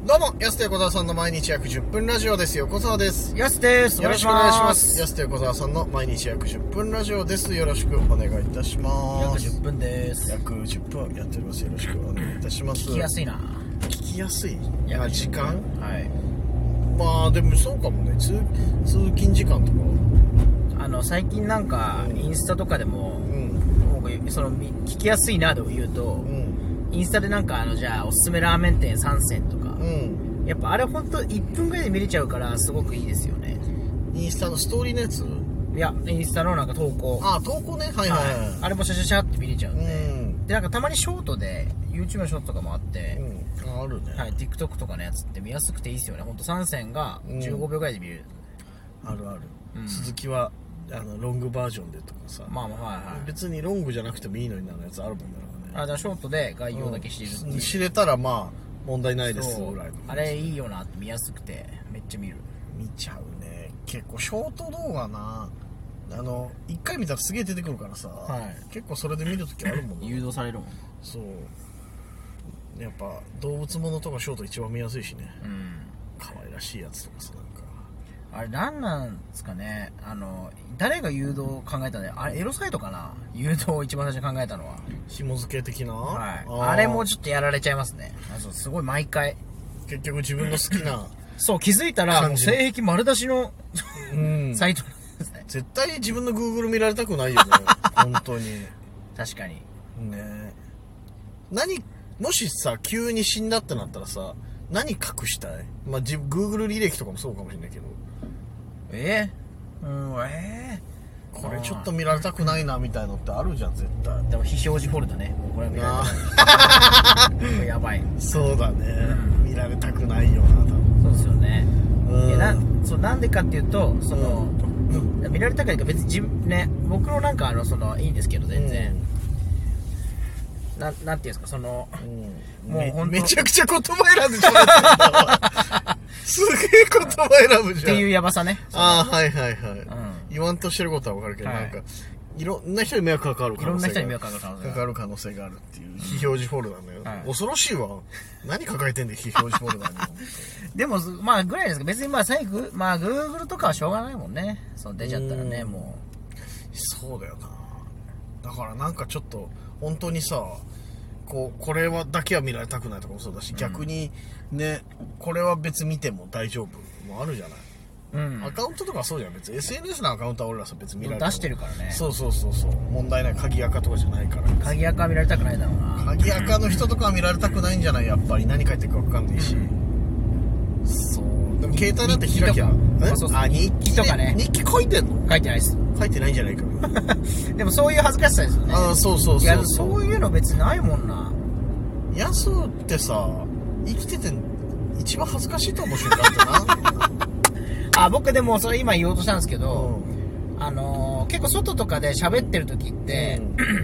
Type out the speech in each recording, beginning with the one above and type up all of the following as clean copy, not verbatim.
どうも、安手小沢さんの毎日約10分ラジオです。横澤です。 安です。 よろしくお願いします。安手小沢さんの毎日約10分ラジオです。よろしくお願いいたします。 約10分です。 約10分やっております。よろしくお願いいたします。 聞きやすいな。 聞きやすい時間。 はい。 まあでもそうかもね。通勤時間とか。 最近なんかインスタとかでも、僕その聞きやすいなと言うと、インスタでなんかじゃあおすすめラーメン店3選とか、やっぱあれ本当1分ぐらいで見れちゃうからすごくいいですよね。 インスタのストーリーのやつ？ いや、インスタのなんか投稿。 投稿ね。はいはい。 あれもシャシャシャって見れちゃうんで。でなんかたまにショートで YouTube のショートとかもあって、 あるね。 はい、TikTok とかのやつって見やすくていいですよね。本当3選が15秒ぐらいで見れる。 あるある。鈴木はロングバージョンでとかさ。 まあまあはいはい。 別にロングじゃなくてもいいのになるやつあるもんね。 だからショートで概要だけ知れるっていう、 知れたらまあ問題ないですぐらいの。 あれいいよなって見やすくてめっちゃ見る。 見ちゃうね。結構ショート動画な、一回見たらすげえ出てくるからさ、結構それで見るときあるもんね。 誘導されるもん。 そうやっぱ動物ものとかショート一番見やすいしね。可愛らしいやつとかさ、なんかあれなんなんですかね。誰が誘導を考えたんだよ。あれエロサイトかな、誘導を一番最初に考えたのは。 紐付け的な、 あれもちょっとやられちゃいますね。すごい毎回結局自分の好きなそう気づいたらもう性癖丸出しのサイトなんですね。 絶対自分の Google 見られたくないよね。本当に確かにね。もしさ急に死んだってなったらさ、何隠したい？まあGoogle 履歴とかもそうかもしれないけど、これちょっと見られたくないなみたいのってあるじゃん絶対。 でも非表示フォルダね。これは見られたくない。やばい。 そうだね、見られたくないよな多分。 そうですよね。なんでかっていうと見られたくないか別にね、僕のなんかいいんですけど全然、なんていうんですかもう本当めちゃくちゃ言葉選んでしまったすげえ言葉選ぶじゃんっていうやばさね。 はいはいはい、言わんとしてることは分かるけど、なんかいろんな人に迷惑かかる可能性があるっていう非表示フォルダね、恐ろしいわ。何抱えてんで非表示フォルダにでもまあぐらいですか。別に最後Google とかはしょうがないもんね。出ちゃったらね。もうそうだよな。だからなんかちょっと本当にさ、これはだけは見られたくないとかもそうだし、逆にね、これは別見ても大丈夫もあるじゃない。アカウントとかそうじゃん。別に SNS のアカウントは俺らさ別に見られても出してるからね。 そう問題ない。鍵垢とかじゃないから。 鍵垢は見られたくないだろうな。 鍵垢の人とかは見られたくないんじゃない？やっぱり何書いてるか分かんないし、でも携帯だって開きゃ日記とかね。日記書いてんの？ 書いてないです。 書いてないんじゃないかでもそういう恥ずかしさですよね。 そういやそういうの別にないもんな。 ヤスってさ生きてて一番恥ずかしいと思う瞬間ってな僕でもそれ今言おうとしたんですけど、結構外とかで喋ってる時って、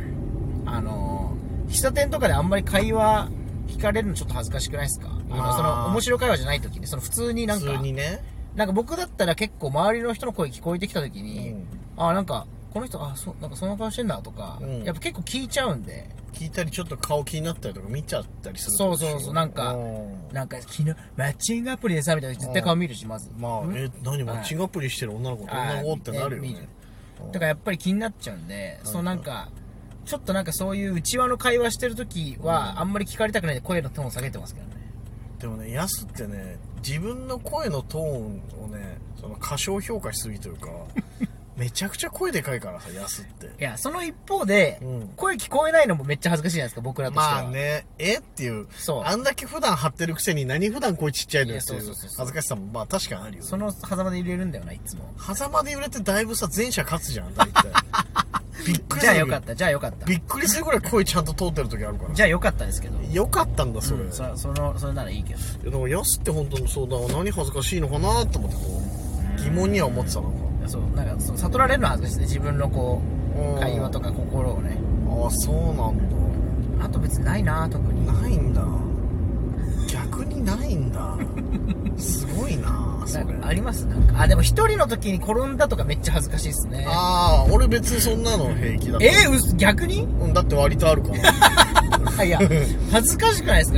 喫茶店とかであんまり会話聞かれるのちょっと恥ずかしくないですか？面白い会話じゃない時に普通になんかなんか僕だったら結構周りの人の声聞こえてきた時に、なんかこの人なんかその顔してんだとか、やっぱ結構聞いちゃうんで。 聞いたりちょっと顔気になったりとか見ちゃったりする。 そうなんか昨日マッチングアプリでさみたいな絶対顔見るし、まず何マッチングアプリしてる女の子ってなるよね。 だからやっぱり気になっちゃうんで、なんかちょっとなんかそういう内輪の会話してる時はあんまり聞かれたくないんで声のトーンを下げてますけどね。 でもね、ヤスってね、自分の声のトーンをね、過小評価しすぎというかめちゃくちゃ声でかいからさ、ヤスって。 いや、その一方で、声聞こえないのもめっちゃ恥ずかしいじゃないですか、僕らとしては。 まあね、っていう、あんだけ普段張ってるくせに何普段声ちっちゃいのよっていう恥ずかしさもまあ確かにあるよね。 その狭間で揺れるんだよな、いつも。 狭間で揺れてだいぶさ、前者勝つじゃん、大体。びっくりする。 じゃあよかった。 びっくりするぐらい声ちゃんと通ってる時あるから。 じゃあよかったですけど。 よかったんだ、それ。 それならいいけど。 だからヤスって本当にそうだ、何恥ずかしいのかなと思って疑問には思ってたのか。 なんか悟られるのは恥ずかしいですね。自分の会話とか心をね。 そうなんだ。 あと別にないな、特に。 ないんだ。逆にないんだ。すごいなそれ。 あります？なんかでも一人の時に転んだとかめっちゃ恥ずかしいですね。 俺別にそんなの平気だ。 逆に？ だって割とあるから。 いや恥ずかしくないですか？結構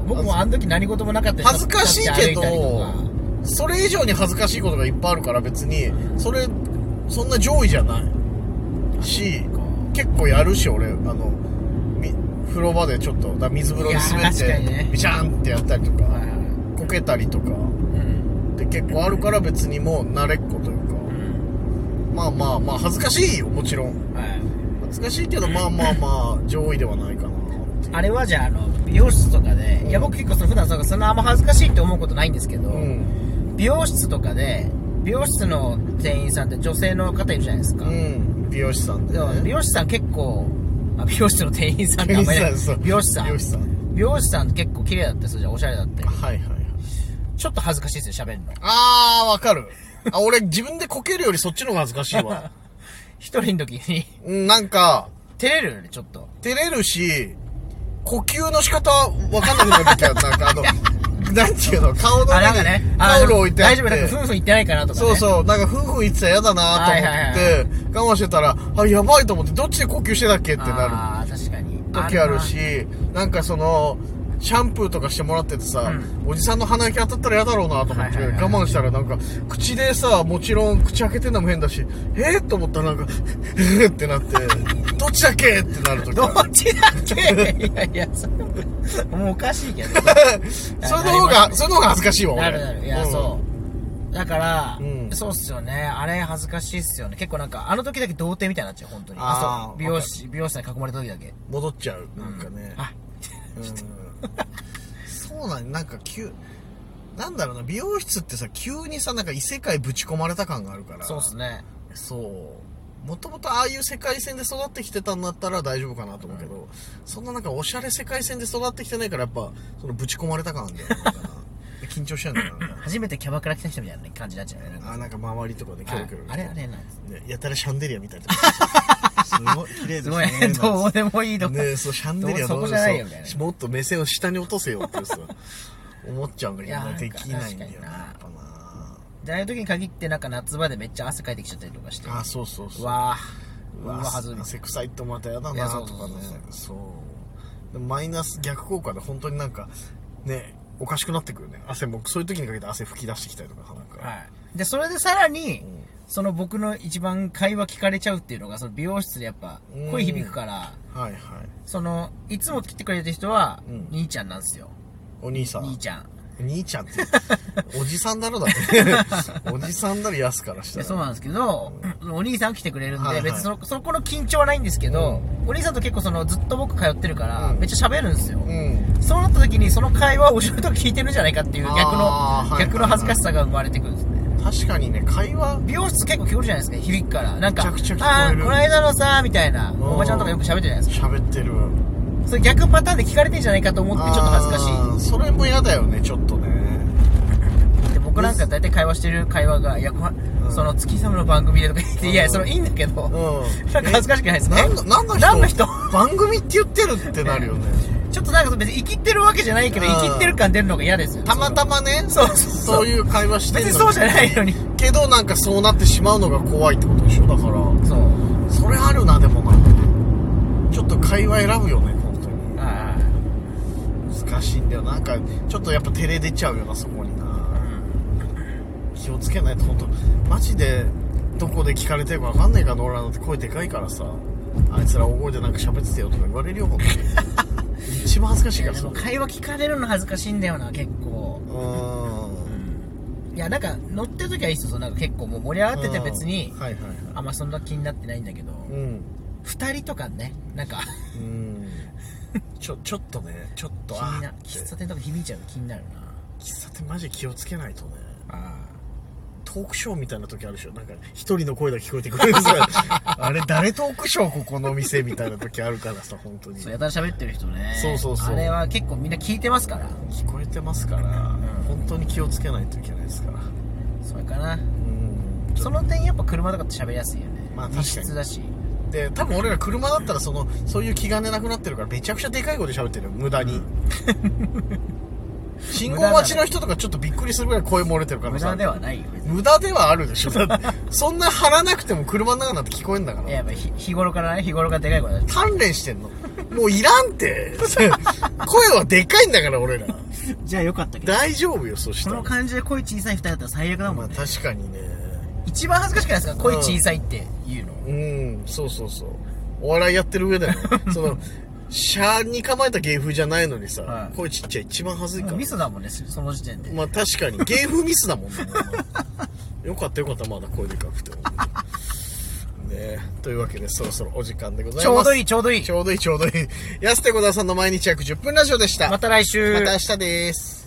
僕もあの時何事もなかった恥ずかしいけど、それ以上に恥ずかしいことがいっぱいあるから別に、そんな上位じゃないし、結構やるし、俺、風呂場でちょっと、水風呂に滑って、ビシャンってやったりとか、こけたりとか、で結構あるから別にもう慣れっこというか、まあ恥ずかしいよ、もちろん。恥ずかしいけど、上位ではないかな。 あれはじゃあ、美容室とかで、いや僕結構普段そんなあんま恥ずかしいって思うことないんですけど、美容室とかで、美容室の店員さんって女性の方いるじゃないですか。 美容師さんで、ね。 美容師さん結構、美容室の店員さんってあんまりない。美容師さんって結構綺麗だったりするじゃん、おしゃれだったり。 はいはい。 ちょっと恥ずかしいですよ、喋るの。 わかる。俺自分でこけるよりそっちの方が恥ずかしいわ。 一人の時に。 なんか、 照れるよね、ちょっと。 照れるし、呼吸の仕方わかんなくなる時は、なんかなんていうの、顔の上にタオル置いてあって。 大丈夫、なんか夫婦言ってないかなとか、ね。 そう、なんか夫婦言ってたら嫌だなと思って、我慢してたら、やばいと思って、どっちで呼吸してたっけってなる。 確かに。 時あるし、なんかシャンプーとかしてもらっててさ、おじさんの鼻息当たったら嫌だろうなと思って、我慢したらなんか、口でさ、もちろん口開けてんのも変だし、と思ったらなんか、ってなって、どっちだっけってなるとき。 どっちだっけいや、もうおかしいけど。 その方が恥ずかしいわ、 俺。なる。いや、そう。だから、そうっすよね。あれ恥ずかしいっすよね。結構なんか、あの時だけ童貞みたいになっちゃう、本当に。美容師さんに囲まれた時だけ。 戻っちゃう、なんかね。そうなんかなんだろうな、美容室ってさ、急にさ、なんか異世界ぶち込まれた感があるから。 そうっすね。 もともとああいう世界線で育ってきてたんだったら大丈夫かなと思うけど、そんななんかおしゃれ世界線で育ってきてないから、やっぱ、ぶち込まれた感なんだよな。緊張しちゃうんだよな。 初めてキャバクラ来た人みたいな感じになっちゃうね。 なんか周りとかでキョロキョロ。 あれなんですね。やたらシャンデリアみたいな。すごい綺麗ですね。すごい、どうでもいいとこ。 ね、シャンデリアそこじゃないよみたいな。 もっと目線を下に落とせよってさ、思っちゃうんだけどね、できないんだよな、やっぱな。 で、ああいう時に限ってなんか夏場でめっちゃ汗かいてきちゃったりとかして。 そう。 わ恥ずい。 汗臭いとまたやだなとかね。でもマイナス逆効果で本当になんか、ね、おかしくなってくるね。汗も、そういう時にかけて汗吹き出してきたりとか、なんか。 で、それでさらに、僕の一番会話聞かれちゃうっていうのが、美容室でやっぱ、声響くから、いつも来てくれてる人は、兄ちゃんなんですよ。 お兄さん。 兄ちゃん。 兄ちゃんって、おじさんだろだって。おじさんだろ、安からしたら。 そうなんですけど、お兄さん来てくれるんで、別にそこの緊張はないんですけど、お兄さんと結構ずっと僕通ってるから、めっちゃ喋るんですよ。そうなった時に、その会話を後ろと聞いてるんじゃないかっていう逆の恥ずかしさが生まれてくるんですね。 確かにね、会話美容室結構聞こえるじゃないですか、響くから。なんか、 めちゃくちゃ聞こえる。 この間のさ、みたいな、おばちゃんとかよく喋ってるじゃないですか。 喋ってる。 それ逆パターンで聞かれてんじゃないかと思ってちょっと恥ずかしい。 それも嫌だよね、ちょっとね。 で僕なんか大体会話してる会話が、いや、その月様の番組でとか言って、いや、それいいんだけど、なんか恥ずかしくないですね。 何の人番組って言ってるってなるよね。 ちょっとなんか別に生きてるわけじゃないけど、生きてる感出るのが嫌ですよ。 たまたまね、そういう会話してるのに。 別にそうじゃないのに。 けどなんかそうなってしまうのが怖いってことでしょ、だから。それあるな、でもな。ちょっと会話選ぶよね、本当に。難しいんだよ。なんか、ちょっとやっぱ照れ出ちゃうよな、そこにな。気をつけないと、本当マジで、どこで聞かれてるか分かんないから、俺らのって声でかいからさ、あいつら大声でなんか喋ってたよとか言われるよ、本当に。一番恥ずかしいから。 でも会話聞かれるの恥ずかしいんだよな、結構。いや、なんか乗ってる時はいいっすよ。なんか結構もう盛り上がってて別に、あんまそんな気になってないんだけど、二人とかね、なんかちょっとね、ちょっと喫茶店とか響いちゃうの気になるな。 喫茶店マジで気をつけないとね。トークショーみたいな時あるでしょ。なんか一人の声だけ聞こえてくるんですよ。あれ誰トークショーここの店みたいな時あるからさ、本当に。 そうやたら喋ってる人ね。 そうあれは結構みんな聞いてますから。 聞こえてますから、本当に気をつけないといけないですから。 それかな。その点やっぱ車とかって喋りやすいよね。 まあ確かに。 密室だし。 で、多分俺ら車だったらそういう気兼ねなくなってるからめちゃくちゃでかい声で喋ってるよ、無駄に。信号待ちの人とかちょっとびっくりするぐらい声漏れてるからさ。 無駄ではないよ。 無駄ではあるでしょ。だってそんな張らなくても車の中になって聞こえんだから。 いや、やっぱ日頃からでかい声だし。 鍛錬してんの。 もういらんって声はでかいんだから俺ら。 じゃあよかったけど大丈夫よ。そしたらこの感じで声小さい二人だったら最悪だもんね。 まあ確かにね。 一番恥ずかしくないですか、声小さいって言うの。 そうそうそう。お笑いやってる上でねその車に構えた芸風じゃないのにさ、はい、声ちっちゃい一番恥ずいから。 ミスだもんね、その時点で。 まあ確かに芸風ミスだもんねよかったよかった、まだ声でかくてもね。というわけでそろそろお時間でございます。 ちょうどいいちょうどいいちょうどいいちょうどいい安手小沢さんの毎日約10分ラジオでした。 また来週。 また明日です。